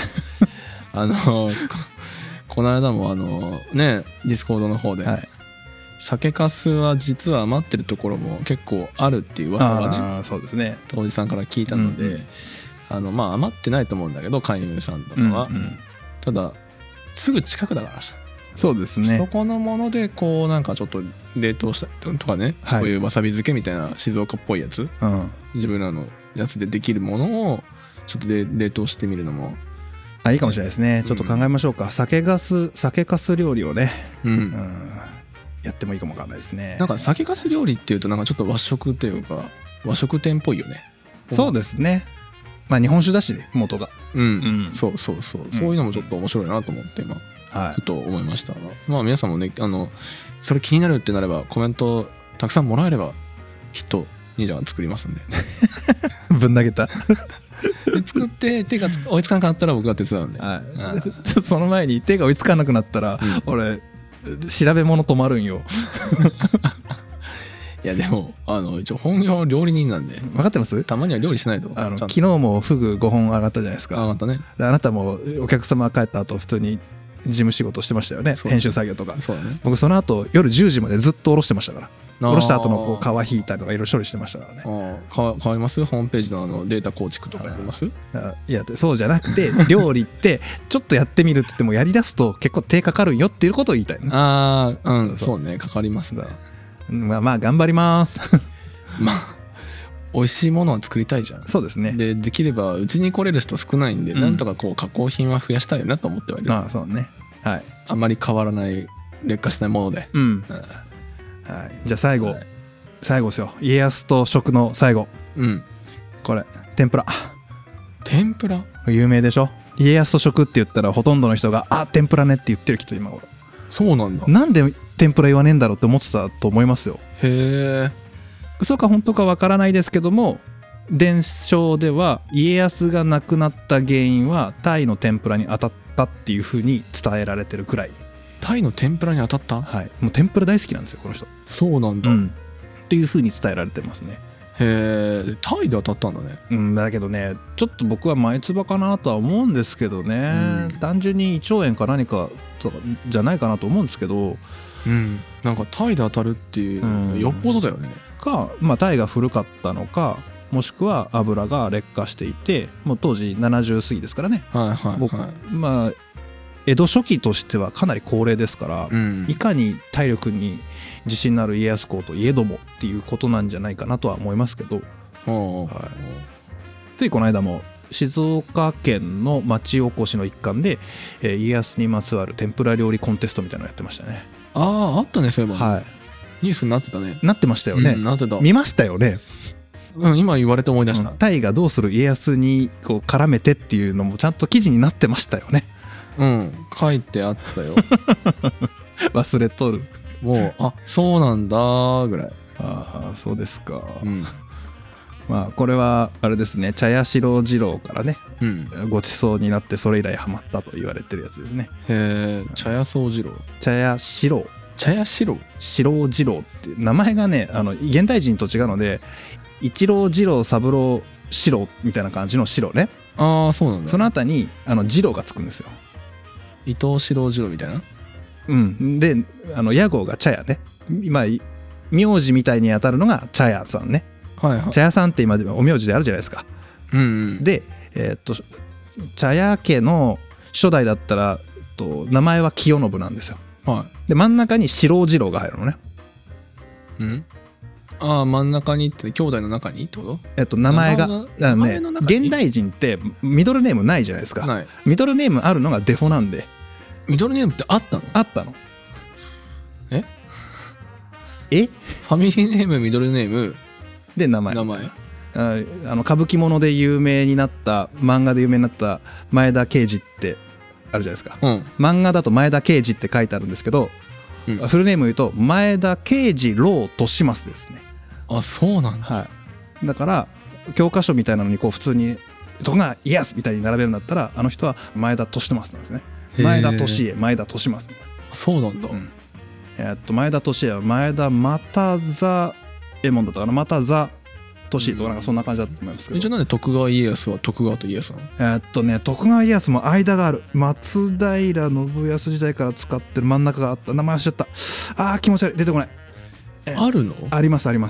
この間もねディスコードの方で、酒粕は実は余ってるところも結構あるっていう噂がね、 そうですね、 当時さんから聞いたので、まあ余ってないと思うんだけど海運さんとかは、ただすぐ近くだからさ。 そうですね。 そこのものでこうなんかちょっと冷凍したりとかね、そういうわさび漬けみたいな静岡っぽいやつ、自分らのやつでできるものをちょっと冷凍してみるのもいいかもしれないですね。ちょっと考えましょうか。酒粕料理をね、やってもいいかもわかんないですね。 なんか酒粕料理っていうとなんかちょっと和食っていうか和食店っぽいよね。 そうですね。まあ日本酒だしね元が。 そういうのもちょっと面白いなと思って今ちょっと思いました。まあ皆さんもねそれ気になるってなればコメントたくさんもらえればきっと兄ちゃんが作りますんで。 ぶん投げた。 で作って手が追いつかなかったら僕が手伝うんで、 その前に手が追いつかなくなったら、俺調べ物止まるんよ。 いやでも一応本業料理人なんで分かってます。 たまには料理しないと。 昨日もフグ5本上がったじゃないですか。 上がったね。 あなたもお客様が帰った後普通に事務仕事してましたよね。編集作業とか。 そうだね。 僕その後夜10時までずっと下ろしてましたから。下ろした後のこう皮引いたりとかいろいろ処理してましたからね。 変わります？ホームページのデータ構築とかやります？ いやそうじゃなくて料理ってちょっとやってみるって言ってもやりだすと結構手かかるんよっていうことを言いたいね。 そうね、かかりますね。 まあ頑張ります。 まあ美味しいものは作りたいじゃん。 そうですね。 できればうちに来れる人少ないんで、なんとかこう加工品は増やしたいよなと思ってはいる。 そうね。 あんまり変わらない劣化しないもので。 じゃあ最後ですよ。家康と食の最後。これ天ぷら。 天ぷら有名でしょ。家康と食って言ったらほとんどの人が天ぷらねって言ってる人今頃。 そうなんだ。 なんで天ぷら言わねえんだろうって思ってたと思いますよ。 へえ。 嘘か本当かわからないですけども、伝承では家康が亡くなった原因はタイの天ぷらに当たったっていう風に伝えられてるくらい。 タイの天ぷらに当たった？ もう天ぷら大好きなんですよこの人。 そうなんだ。 っていう風に伝えられてますね。 へえ。タイで当たったんだね。 だけどねちょっと僕は前つばかなとは思うんですけどね、単純に胃腸炎か何かとかじゃないかなと思うんですけど、 なんかタイで当たるっていうのよっぽどだよね。 タイが古かったのか、もしくは油が劣化していて、もう当時70過ぎですからね。江戸初期としてはかなり高齢ですから、いかに体力に自信のある家康公といえどもっていうことなんじゃないかなとは思いますけど、ついこの間も静岡県の町おこしの一環で、家康にまつわる天ぷら料理コンテストみたいなのやってましたね。 あったね、そういえば。ニュースになってたね。 なってましたよね。 なってた。 見ましたよね。 今言われて思い出した。 タイがどうする家康にこう絡めてっていうのもちゃんと記事になってましたよね。 書いてあったよ。 忘れとる。 もうそうなんだぐらい。 そうですか。これはあれですね、茶屋四郎次郎からね、ごちそうになってそれ以来ハマったと言われてるやつですね。 へえ。茶屋宗次郎。 茶屋四郎。 茶屋四郎。 四郎次郎って名前がね現代人と違うので、一郎二郎三郎四郎みたいな感じの四郎ね。 そうなんだ。 その後に次郎がつくんですよ。 伊藤四郎次郎みたいな。 で屋号が茶屋ね。今名字みたいに当たるのが茶屋さんね。茶屋さんって今お名字であるじゃないですか。で茶屋家の初代だったら名前は清信なんですよ。で真ん中に四郎次郎が入るのね。 真ん中にって兄弟の中にってこと？ 名前が現代人ってミドルネームないじゃないですか。ミドルネームあるのがデフォなんで。 ミドルネームってあったの？ あったの。 ファミリーネームミドルネームで名前。歌舞伎もので有名になった漫画で有名になった前田慶次ってあるじゃないですか。漫画だと前田慶次って書いてあるんですけど、フルネーム言うと前田慶次郎利益ですね。 そうなんだ。 だから教科書みたいなのにこう普通に徳川家康みたいに並べるんだったら、あの人は前田利益なんですね。前田利家、前田利益みたいな。 そうなんだ。 前田利家は前田又座右衛門だったかな、またザ・トシとかなんかそんな感じだったと思いますけど。 じゃあなんで徳川家康は徳川と家康なの？ 徳川家康も間がある。松平信康時代から使ってる真ん中があった。名前忘れちゃった。気持ち悪い、出てこない。 あるの？ ありますあります。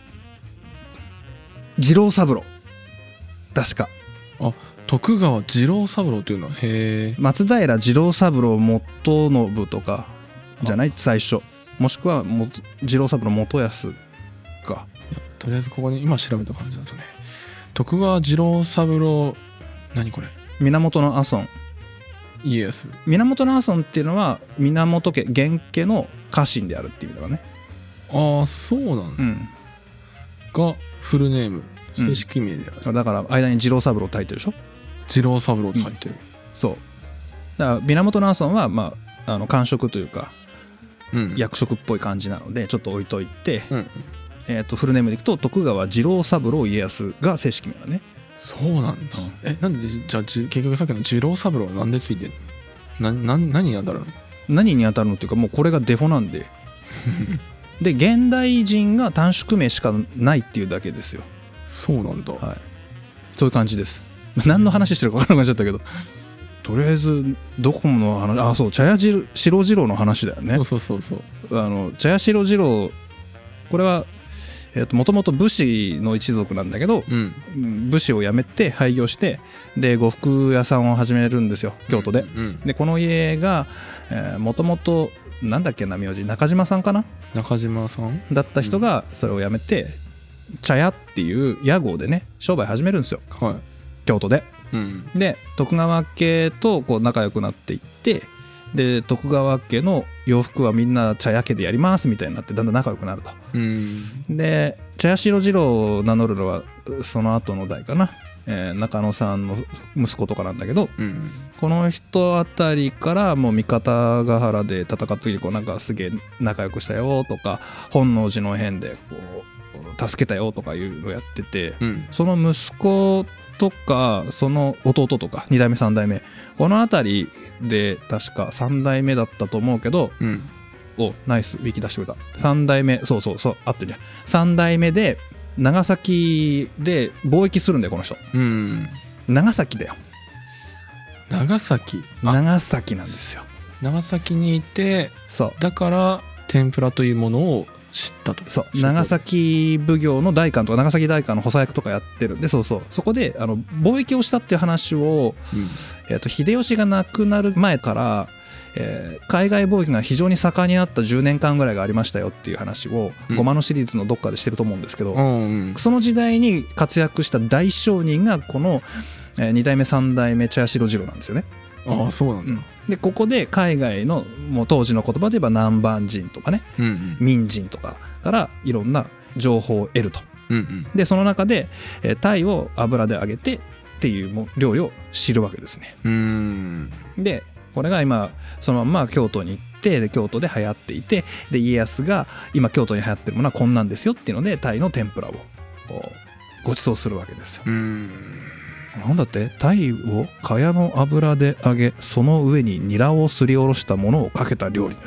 次郎三郎、確か。 徳川次郎三郎っていうのは、へえ。 松平次郎三郎元信とかじゃない、最初。もしくは次郎三郎元康か。 とりあえずここに今調べた感じだとね、徳川次郎三郎、何これ？ 源阿孫家康。 源阿孫っていうのは源家源家の家臣であるっていう意味だからね。 そうなんだ、がフルネーム、正式名である、 だから間に次郎三郎って入ってるでしょ。 次郎三郎って入ってる、 そうだから源阿孫は官職というか、役職っぽい感じなのでちょっと置いといて、フルネームでいくと徳川次郎三郎家康が正式名だね。 そうなんだ、なんでじゃあ結局さっきの次郎三郎はなんでついてんの？何に当たるの？ 何に当たるのっていうか、もうこれがデフォなんでで現代人が短縮名しかないっていうだけですよ。 そうなんだ、 そういう感じです。何の話してるか分からなくなっちゃったけど、とりあえずどこの話、そう、茶屋四郎次郎の話だよね。そう茶屋四郎次郎、これはもともと武士の一族なんだけど、武士を辞めて廃業して、で呉服屋さんを始めるんですよ、京都で。でこの家がもともとなんだっけな、名字中島さんかな、 中島さんだった人がそれを辞めて、茶屋っていう屋号でね商売始めるんですよ、京都で。で徳川家とこう仲良くなっていって、で徳川家の洋服はみんな茶屋家でやりますみたいになってだんだん仲良くなると。で茶屋四郎次郎を名乗るのはその後の代かな、中野さんの息子とかなんだけど、この人あたりからもう三方ヶ原で戦った時にこうなんかすげえ仲良くしたよとか、本能寺の変でこう助けたよとかいうのをやってて、その息子とかその弟とか2代目3代目この辺りで確か3代目だったと思うけど、ナイスウィキ出してくれた。3代目、そう合ってるじゃん。3代目で長崎で貿易するんだよこの人。長崎だよ。 長崎なんですよ。 長崎にいて、だから天ぷらというものを知ったと。 長崎奉行の代官とか長崎代官の補佐役とかやってるんで、そこで貿易をしたっていう話を、秀吉が亡くなる前から、海外貿易が非常に盛んになった10年間ぐらいがありましたよっていう話を、ゴマのシリーズのどっかでしてると思うんですけど、その時代に活躍した大商人がこの、2代目3代目茶屋四郎次郎なんですよね。 そうなんだ。 でここで海外のもう当時の言葉で言えば南蛮人とかね、明人とかからいろんな情報を得ると。でその中で鯛を油で揚げてっていう料理を知るわけですね。でこれが今そのまま京都に行って、で京都で流行っていて、で家康が今京都に流行ってるものはこんなんですよっていうので鯛の天ぷらをご馳走するわけですよ。なんだって、鯛を茅の油で揚げ、その上にニラをすりおろしたものをかけた料理。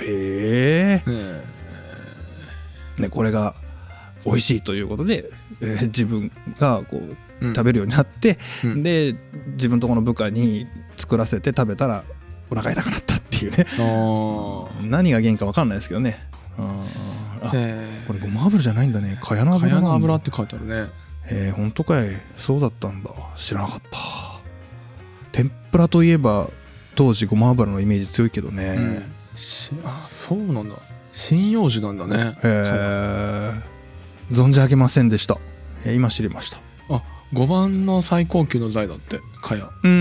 ね、これが美味しいということで、自分がこう食べるようになって、で自分のところの部下に作らせて食べたらお腹痛くなったっていうね。何が原因か分かんないですけどね。これごま油じゃないんだね。茅の油なんだ。茅の油って書いてあるね。 本当かい。そうだったんだ。知らなかった。天ぷらといえば当時ごま油のイメージ強いけどね。 そうなんだ。針葉樹なんだね。 存じ上げませんでした。今知りました。 5番の最高級の材だって、茅。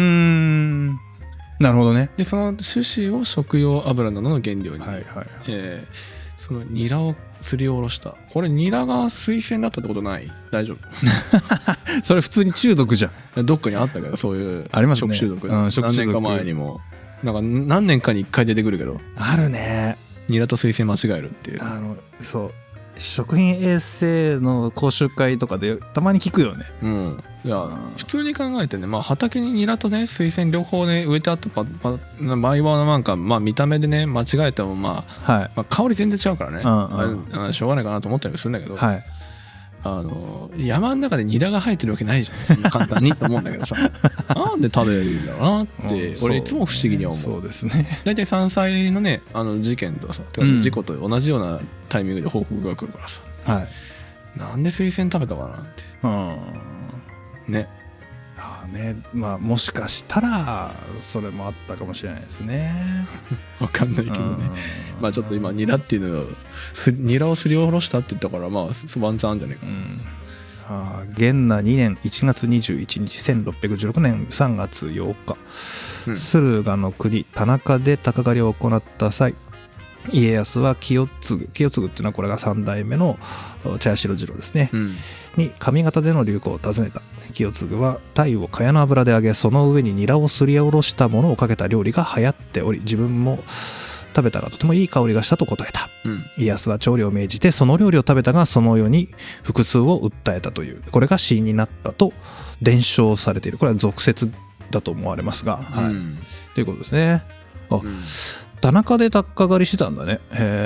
なるほどね。 でその種子を食用油などの原料に、そのニラをすりおろした。これニラが水仙だったってことない？大丈夫？ それ普通に中毒じゃん。どっかにあったけど、そういうありますね。 食中毒。何年か前にもなんか何年かに1回出てくるけど。 あるね。 ニラと水仙間違えるっていう。 そう食品衛生の講習会とかでたまに聞くよね。 いや普通に考えてね、畑にニラとね水仙両方ね植えてあった場合はなんか見た目でね間違えても香り全然違うからね、しょうがないかなと思ったりするんだけど、 山の中でニラが生えてるわけないじゃん、そんな簡単にと思うんだけどさなんで食べれるんだろうなって俺いつも不思議に思う。 そうですね。 大体山菜のね事件とさ、事故と同じようなタイミングで報告が来るからさ、 はい、 なんで水仙食べたかなって、ね。 まあもしかしたらそれもあったかもしれないですね。 わかんないけどね。まあちょっと今ニラっていうのをニラをすりおろしたって言ったからまあワンチャンあるんじゃないかな。 元那2年1月21日1616年3月8日、駿河の国田中で鷹狩りを行った際、家康は清継っていうのはこれが3代目の茶屋四郎次郎ですね、に上方での流行を尋ねた。清継は鯛を茅の油で揚げ、その上にニラをすりおろしたものをかけた料理が流行っており、自分も食べたがとてもいい香りがしたと答えた、家康は調理を命じてその料理を食べたが、その世に腹痛を訴えたという、これが死因になったと伝承されている。これは俗説だと思われますが、ということですね。田中で鷹狩りしてたんだね。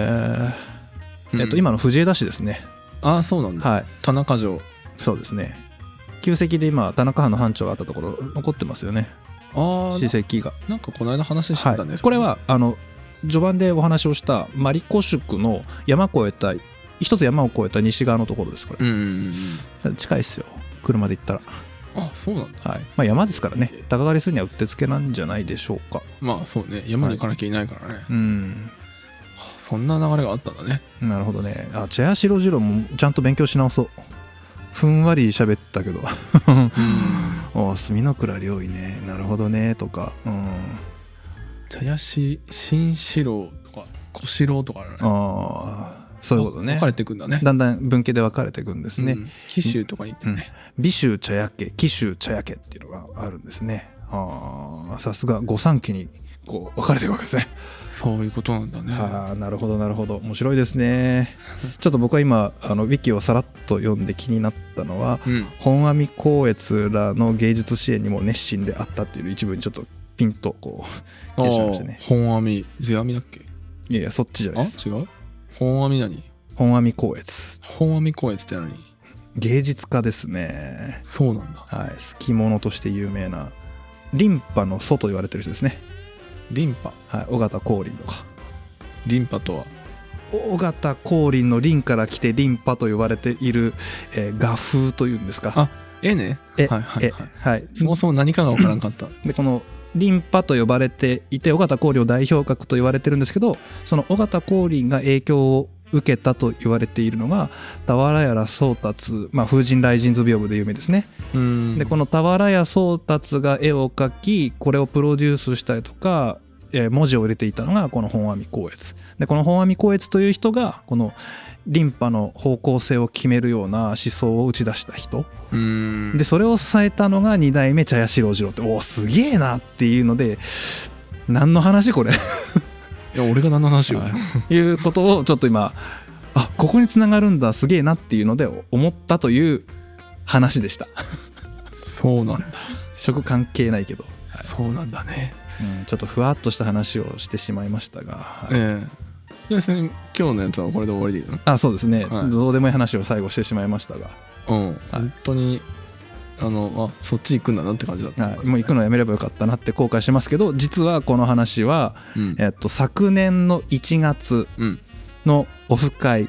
今の藤枝市ですね。 ああそうなんだ、はい、田中城。 そうですね。旧跡で今田中藩の藩庁があったところ残ってますよね。史跡がなんかこの間話してたんですけど、これは序盤でお話をしたマリコ宿の山越えた一つ山を越えた西側のところです。これ、近いですよ、車で行ったら。 あ、そうなんだ。 はい。まあ山ですからね、鷹狩りするにはうってつけなんじゃないでしょうか。 まあそうね、山に行かなきゃいないからね。そんな流れがあったんだね。 なるほどね。茶屋四郎次郎もちゃんと勉強し直そう。ふんわり喋ったけど墨倉良医ね、なるほどねとか、 茶屋新四郎とか小四郎とかあるね。 そういうことね。 分かれていくんだね。 だんだん分家で分かれていくんですね。 紀州とかに行ってね、 美州茶屋家、紀州茶屋家っていうのがあるんですね。さすが御三家にこう分かれていくわけですね。 そういうことなんだね。 なるほどなるほど、面白いですね。ちょっと僕は今ウィキをさらっと読んで気になったのは、本阿弥光悦らの芸術支援にも熱心であったっていう一部にちょっとピンとこう消しましたね。 本阿弥世阿弥だっけ？ いやそっちじゃないです。 違う？本阿弥何？ 本阿弥光悦。 本阿弥光悦って何？ 芸術家ですね。 そうなんだ。 はい、好き者として有名なリンパの祖と言われてる人ですね。 リンパ、 はい、尾形光琳とか。 リンパとは尾形光琳のリンから来てリンパと言われている、画風というんですか。 ね。はい。そもそも何かが分からんかった。 でこのリンパと呼ばれていて、尾形光琳を代表格と言われてるんですけど、その尾形光琳が影響を受けたと言われているのが俵屋宗達、風神雷神図屏風で有名ですね。でこの俵屋宗達が絵を描き、これをプロデュースしたりとか、文字を入れていたのがこの本阿弥光悦で、この本阿弥光悦という人がこのリンパの方向性を決めるような思想を打ち出した人で、それを支えたのが2代目茶屋四郎次郎って、すげえなっていうので、何の話これいや俺が何の話よいうことをちょっと今ここに繋がるんだ、すげえなっていうので思ったという話でした。 そうなんだ。 食関係ないけど、 そうなんだね。 ちょっとふわっとした話をしてしまいましたが、 今日のやつはこれで終わりでいいの？ そうですね、どうでもいい話を最後してしまいましたが、 本当にそっち行くんだなって感じだった、 もう行くのやめればよかったなって後悔してますけど、実はこの話は、昨年の1月のオフ会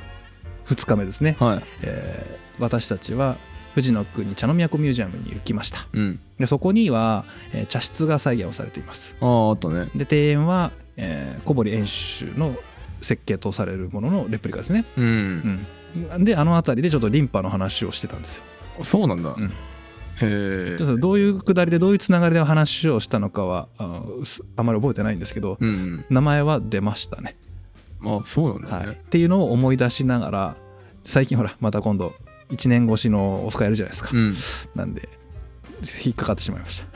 2日目ですね、私たちは富士の国茶の都ミュージアムに行きました。でそこには、茶室が再現をされています。 あったね。 で庭園は、小堀遠州の設計とされるもののレプリカですね。で辺りでちょっとリンパの話をしてたんですよ。そうなんだ。へえ。どういうくだりでどういうつながりで話をしたのかはあまり覚えてないんですけど、名前は出ましたね。そうなんだね。っていうのを思い出しながら、最近ほらまた今度1年越しのオフ会やるじゃないですか。なんで引っかかってしまいました。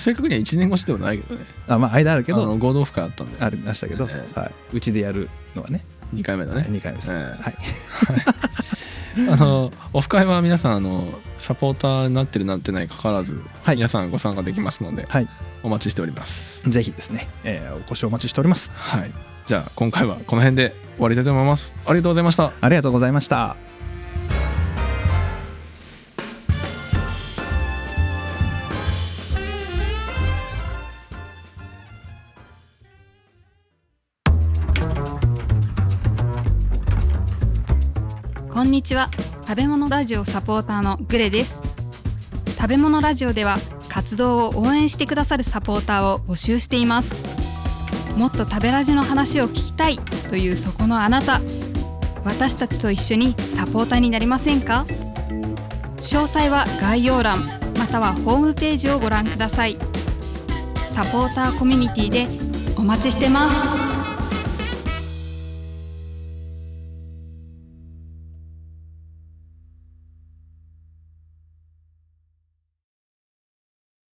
正確には1年越しではないけどね。 間あるけど合同オフ会あったんでありましたけど、うちでやるのはね 2回目だね。 2回目です。 オフ会は皆さんサポーターになってるなってないかかわらず、皆さんご参加できますので、お待ちしております。 ぜひですね、お越しお待ちしております。 じゃあ今回はこの辺で終わりたいと思います。ありがとうございました。 ありがとうございました。 にちは。食べ物ラジオサポーターのグレです。食べ物ラジオでは活動を応援してくださるサポーターを募集しています。もっと食べラジの話を聞きたいというそこのあなた、私たちと一緒にサポーターになりませんか？詳細は概要欄またはホームページをご覧ください。サポーターコミュニティでお待ちしてます。